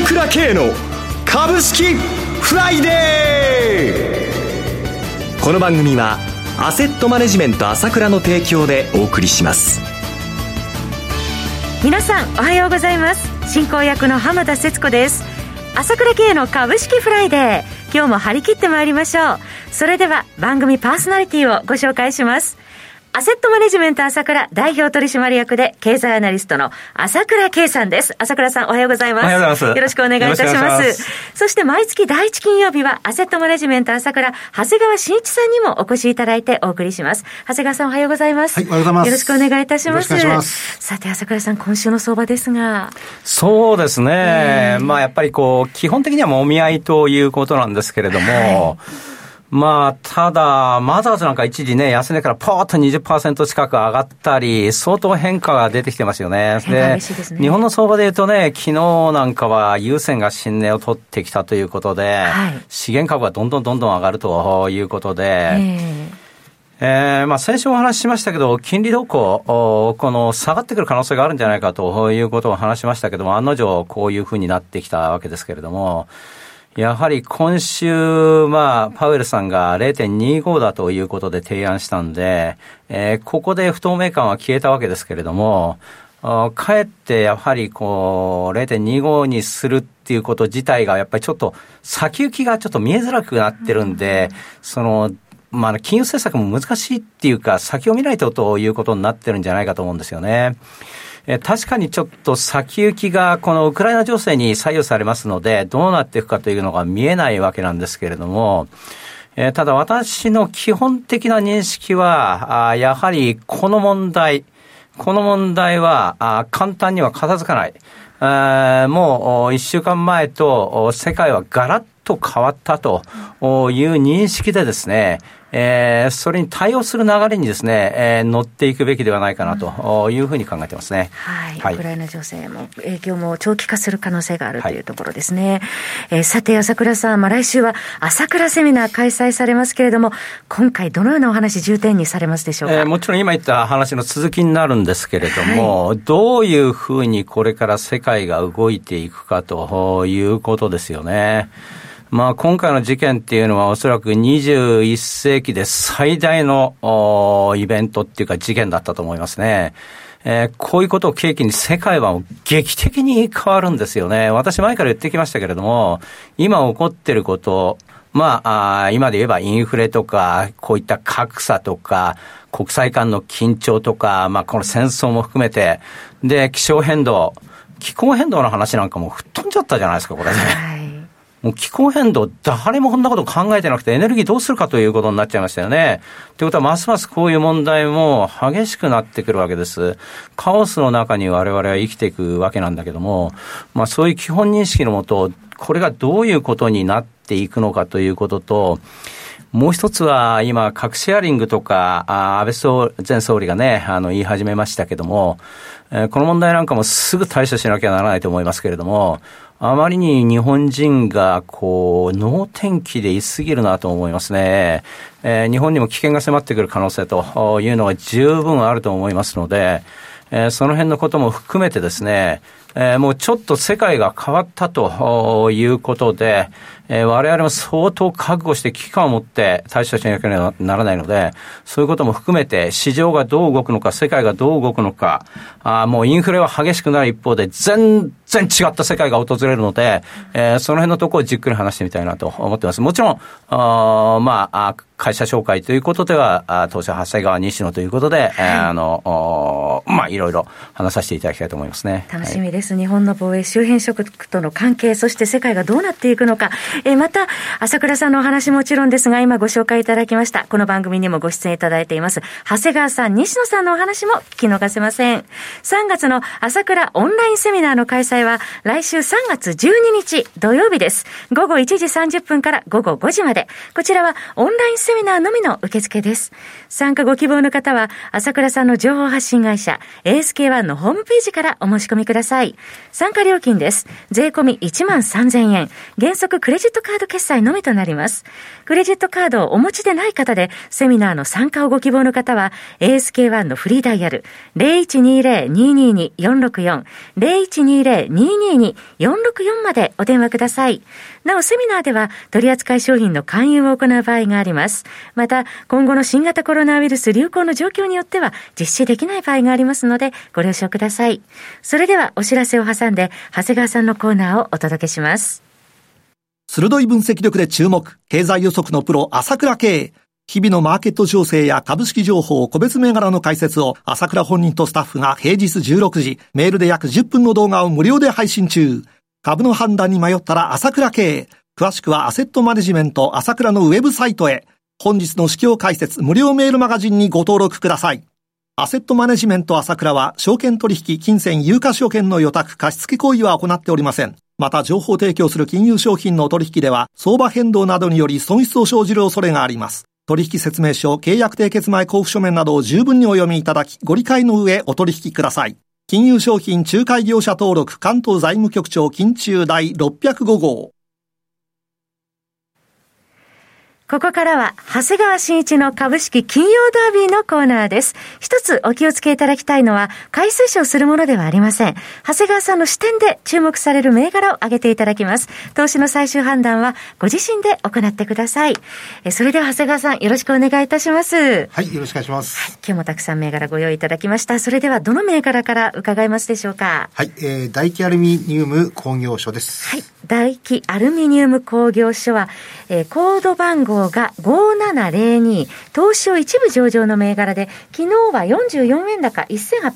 倉慶の株式フライデー。この番組はアセットマネジメント朝倉の提供でお送りします。 皆さんおはようございます。進行役の浜田節子です。朝倉慶の株式フライデー、今日も張り切ってまいりましょう。それでは番組パーソナリティをご紹介します。アセットマネジメント朝倉代表取締役で経済アナリストの朝倉慶さんです。朝倉さんおはようございます。 おはようございます。 よろしくお願いいたします。そして毎月第1金曜日はアセットマネジメント朝倉長谷川慎一さんにもお越しいただいてお送りします。長谷川さんおはようございます。 はい、おはようございます。 よろしくお願いいたします。 よろしくお願いします。 さて朝倉さん、今週の相場ですが。 そうですね、まあやっぱり基本的にはもみ合いということなんですけれども、まあ、ただ、マザーズなんか一時ね、安値からポーッと 20% 近く上がったり、相当変化が出てきてますよね。 で、日本の相場で言うとね、昨日なんかは優先が新値を取ってきたということで、資源株がどんどん上がるということで、まあ先週お話ししましたけど、金利動向、この下がってくる可能性があるんじゃないかということを話しましたけども、案の定こういうふうになってきたわけですけれども、やはり今週、まあ、パウエルさんが 0.25 だということで提案したんで、ここで不透明感は消えたわけですけれども、かえってやはり0.25 にするっていうこと自体がやっぱりちょっと先行きがちょっと見えづらくなってるんで、まあ、金融政策も難しいっていうか、先を見ないということになってるんじゃないかと思うんですよね。確かにちょっと先行きがこのウクライナ情勢に左右されますので、どうなっていくかというのが見えないわけなんですけれども、ただ私の基本的な認識は、やはりこの問題は簡単には片付かない。もう1週間前と世界はガラッと変わったという認識でですね、それに対応する流れにですね、乗っていくべきではないかなというふうに考えてますね。 はい。ウクライナ情勢も影響も長期化する可能性があるというところですね。さて朝倉さん、来週は朝倉セミナー開催されますけれども、今回どのようなお話重点にされますでしょうか。 もちろん今言った話の続きになるんですけれども、どういうふうにこれから世界が動いていくかということですよね。まあ今回の事件っていうのはおそらく21世紀で最大のイベントっていうか事件だったと思いますね。こういうことを契機に世界は劇的に変わるんですよね。私前から言ってきましたけれども、今起こっていること、まあ今で言えばインフレとか、こういった格差とか、国際間の緊張とか、まあこの戦争も含めて、で、気候変動の話なんかも吹っ飛んじゃったじゃないですか、これね。もう気候変動、誰もこんなこと考えてなくてエネルギーどうするかということになっちゃいましたよね。ということはますますこういう問題も激しくなってくるわけです。カオスの中に我々は生きていくわけなんだけども、まあそういう基本認識のもと、これがどういうことになっていくのかということと、もう一つは今核シェアリングとか安倍前総理がね言い始めましたけども、この問題なんかもすぐ対処しなきゃならないと思いますけれども、あまりに日本人が能天気でいすぎるなと思いますね。日本にも危険が迫ってくる可能性というのが十分あると思いますので、その辺のことも含めてですね、もうちょっと世界が変わったということで、我々も相当覚悟して危機感を持って対処しなければならないので、そういうことも含めて市場がどう動くのか、世界がどう動くのか、もうインフレは激しくなる一方で全然違った世界が訪れるので、その辺のところをじっくり話してみたいなと思ってます。もちろん、まあ、会社紹介ということでは、当社長谷川西野ということで、まあ、いろいろ話させていただきたいと思いますね。 楽しみです。日本の防衛周辺諸国との関係、そして世界がどうなっていくのか、また朝倉さんのお話もちろんですが、今ご紹介いただきましたこの番組にもご出演いただいています長谷川さん、西野さんのお話も聞き逃せません。3月の朝倉オンラインセミナーの開催は来週3月12日土曜日です。午後1時30分から午後5時まで。こちらはオンラインセセミナーのみの受付です。参加ご希望の方は、朝倉さんの情報発信会社、ASK-1 のホームページからお申し込みください。参加料金です。税込み13,000円。原則クレジットカード決済のみとなります。クレジットカードをお持ちでない方で、セミナーの参加をご希望の方は、ASK-1 のフリーダイヤル、0120-222-464、0120-222-464までお電話ください。なお、セミナーでは取扱い商品の勧誘を行う場合があります。また、今後の新型コロナウイルス流行の状況によっては実施できない場合がありますので、ご了承ください。それでは、お知らせを挟んで、長谷川さんのコーナーをお届けします。 鋭い分析力で注目、経済予測のプロ、朝倉慶。日々のマーケット情勢や株式情報、個別銘柄の解説を朝倉本人とスタッフが平日16時、メールで約10分の動画を無料で配信中。株の判断に迷ったら朝倉慶。詳しくはアセットマネジメント朝倉のウェブサイトへ。本日の指標解説無料メールマガジンにご登録ください。アセットマネジメント朝倉は証券取引、金銭、有価証券の予託、貸付行為は行っておりません。また情報提供する金融商品の取引では相場変動などにより損失を生じる恐れがあります。取引説明書、契約締結前交付書面などを十分にお読みいただき、ご理解の上お取引ください。金融商品仲介業者登録関東財務局長金中第605号。 ここからは、長谷川慎一の株式金曜ダービーのコーナーです。一つお気をつけいただきたいのは、買い推奨するものではありません。長谷川さんの視点で注目される銘柄を挙げていただきます。投資の最終判断は、ご自身で行ってください。それでは長谷川さん、よろしくお願いいたします。 はい、よろしくお願いします。 はい、今日もたくさん銘柄ご用意いただきました。それでは、どの銘柄から伺いますでしょうか。 はい、大気アルミニウム工業所です。 はい、大気アルミニウム工業所は、コード番号が5702、東証一部上場の銘柄で、昨日は44円高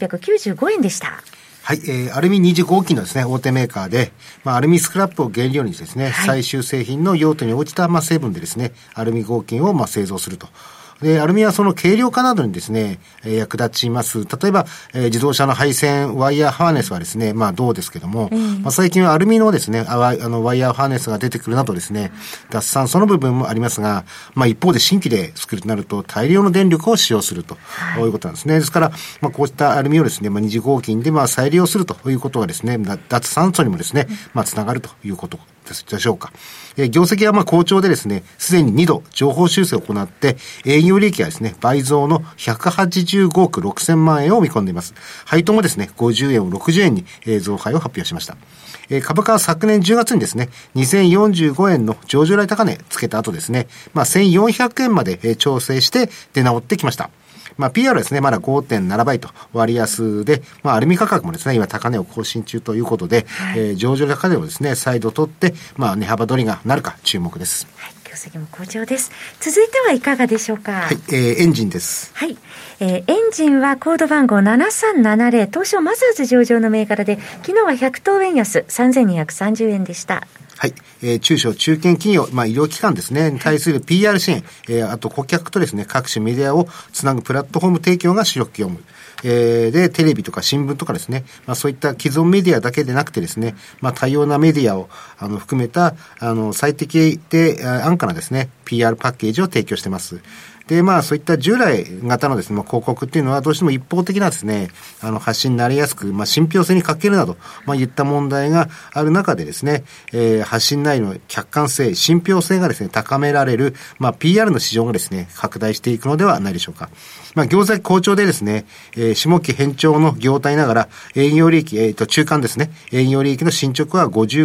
1895円でした。 はい、アルミ二次合金のですね、大手メーカーで、アルミスクラップを原料にですね、はい、最終製品の用途に応じた成分でですね、アルミ合金を製造すると。で、アルミはその軽量化などにですね、役立ちます。例えば、自動車の配線、ワイヤーハーネスはですね、銅ですけども、最近はアルミのですね、ワイヤーハーネスが出てくるなどですね、脱酸素の部分もありますが、一方で新規で作るとなると大量の電力を使用すると、こういうことなんですね。ですから、こうしたアルミをですね、二次合金で再利用するということがですね、脱酸素にもですね、つながるということでしょうか。業績は好調でですね、すでに2度情報修正を行って、営業利益がですね、倍増の185億6000万円を見込んでいます。配当もですね、50円を60円に増配を発表しました。株価は昨年10月にですね、2045円の上場来高値つけた後ですね、1400円まで調整して出直ってきました。PR はですね、まだ 5.7 倍と割安で、アルミ価格もですね、今高値を更新中ということで、はい、上場高値をですね、再度取って、値幅取りがなるか注目です。 はい、業績も好調です。続いてはいかがでしょうか。 はい、エンジンです。 はい、エンジンはコード番号7370、東証マザーズ上場の銘柄で、昨日は100等円安、3230円でした。 はい。中小中堅企業、医療機関ですね、に対する PR 支援、あと顧客とですね、各種メディアをつなぐプラットフォーム提供が主力業務。で、テレビとか新聞とかですね、そういった既存メディアだけでなくてですね、多様なメディアを、含めた、最適で安価なですね、PR パッケージを提供しています。で、そういった従来型のですね、広告っていうのはどうしても一方的なですね、発信になりやすく、信憑性に欠けるなど、いった問題がある中でですね、発信内容の客観性、信憑性がですね、高められる、PR の市場がですね、拡大していくのではないでしょうか。業績好調でですね、下期偏重の業態ながら、営業利益、中間ですね、営業利益の進捗は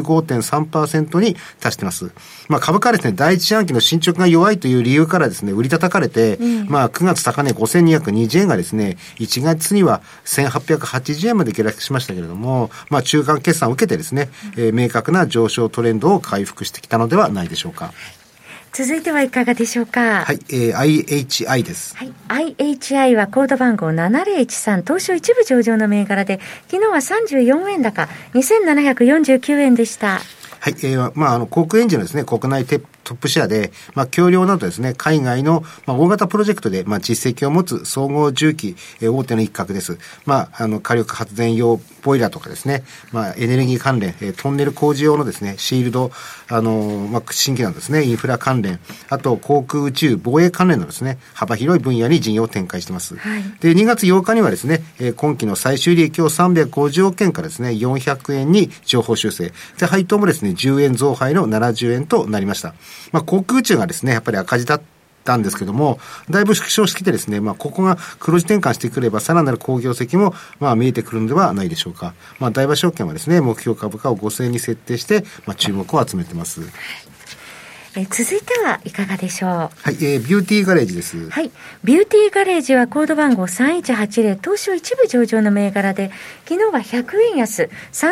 55.3% に達しています。株価はですね、第一四半期の進捗が弱いという理由からですね、売り叩かれて、9月高値5220円がですね、1月には1880円まで下落しましたけれども、中間決算を受けてですね、明確な上昇トレンドを回復してきたのではないでしょうか。 続いてはいかがでしょうか。 はい、IHI です。 はい、IHI はコード番号7013、東証一部上場の銘柄で、昨日は34円高、2749円でした。 はい、航空エンジンのですね、国内トップシェアで、橋梁などですね、海外の、大型プロジェクトで、実績を持つ総合重機、大手の一角です。火力発電用ボイラーとかですね、エネルギー関連、トンネル工事用のですね、シールド、新規なんですね、インフラ関連、あと航空宇宙防衛関連のですね、幅広い分野に事業を展開しています。はい、で、2月8日にはですね、今期の最終利益を350億円からですね、400円に上方修正。で、配当もですね、10円増配の70円となりました。航空宇宙がですね、やっぱり赤字だったんですけども、だいぶ縮小してきてですね、ここが黒字転換してくれば、さらなる好業績も、見えてくるのではないでしょうか。大和証券はですね、目標株価を5000円に設定して、注目を集めています。 続いてはいかがでしょう。 はい、ビューティーガレージです。 はい、ビューティーガレージはコード番号3180、東証一部上場の銘柄で、昨日は100円安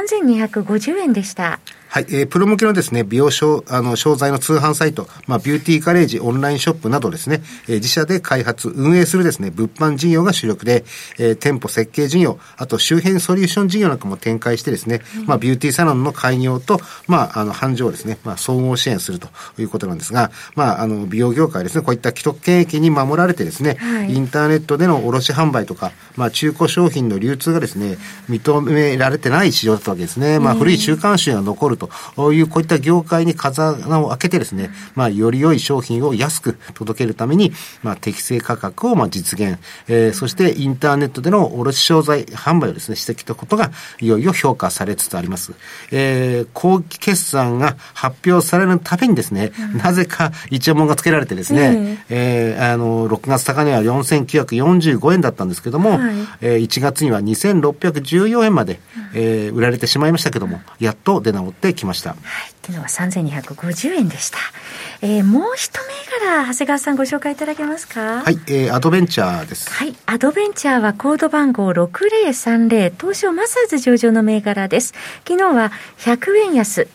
3250円でした。 はい、プロ向けのですね、美容商材の通販サイト、ビューティーガレージオンラインショップなどですね、自社で開発、運営するですね、物販事業が主力で、店舗設計事業、あと周辺ソリューション事業なんかも展開してですね、ビューティーサロンの開業と、繁盛をですね、総合支援するということなんですが、美容業界はですね、こういった既得権益に守られてですね、はい、インターネットでの卸販売とか、中古商品の流通がですね、認められてない市場だったわけですね。古い週刊誌が残るというこういった業界に風穴を開けてですね、より良い商品を安く届けるために、適正価格を実現、そしてインターネットでの卸商材販売をですね、してきたことがいよいよ評価されつつあります。後期決算が発表されるたびにですね、なぜか一応文がつけられてですね、6月高値は4945円だったんですけども、1月には2614円まで、売られてしまいましたけども、やっと出直ってきました。 はい、昨日は3250円でした。もう一銘柄、長谷川さんご紹介いただけますか。 はい、アドベンチャーです。 はい、アドベンチャーはコード番号6030、東証マザーズ上場の銘柄です。昨日は100円安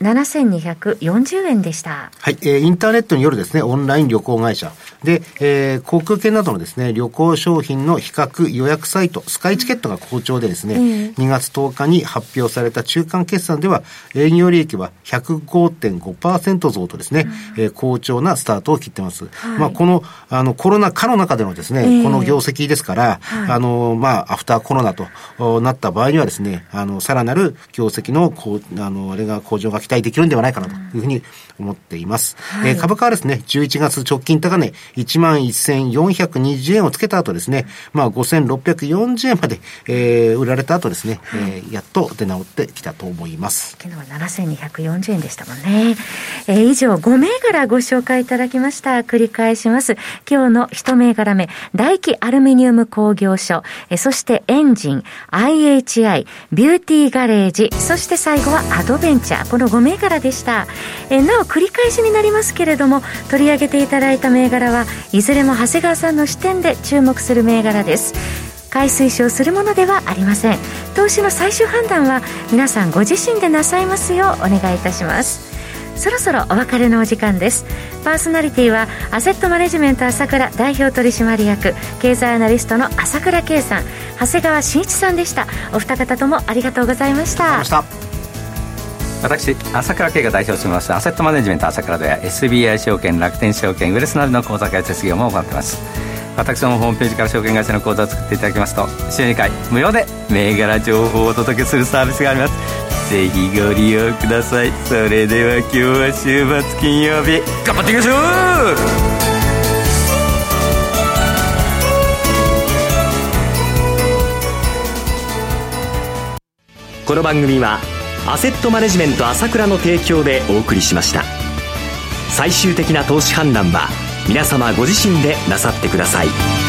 7240円でした。 はい、インターネットによるですね、オンライン旅行会社で、航空券などのですね、旅行商品の比較予約サイト、スカイチケットが好調でですね、2月10日に発表された中間決算では、営業利益は 105.5% 増とですね、好調なスタートを切ってます。はい、この、コロナ禍の中でのですね、この業績ですから、はい、アフターコロナとなった場合にはですね、さらなる業績の、あれが向上が期待できるんではないかなというふうに思っています。はい、株価はですね、11月直近高値、11,420 円をつけた後ですね、5,640円まで、売られた後ですね、やっと出直ってきたと思います。 昨日は7,240円でしたもんね。以上5銘柄ご紹介いただきました。繰り返します。今日の1銘柄目、大気アルミニウム工業所、そしてエンジン、IHI、ビューティーガレージ、そして最後はアドベンチャー、この5銘柄でした。なお繰り返しになりますけれども、取り上げていただいた銘柄はいずれも長谷川さんの視点で注目する銘柄です。買い推奨するものではありません。投資の最終判断は皆さんご自身でなさいますようお願いいたします。そろそろお別れのお時間です。パーソナリティはアセットマネジメント朝倉代表取締役経済アナリストの朝倉圭さん、長谷川慎一さんでした。お二方ともありがとうございました。 私朝倉圭が代表を務めますアセットマネジメント朝倉では SBI 証券、楽天証券、ウェルスナビの口座開設業も行っています。私のホームページから証券会社の口座を作っていただきますと、週2回無料で銘柄情報をお届けするサービスがあります。ぜひご利用ください。それでは今日は週末金曜日、頑張っていきましょう。 この番組はアセットマネジメント朝倉の提供でお送りしました。最終的な投資判断は皆様ご自身でなさってください。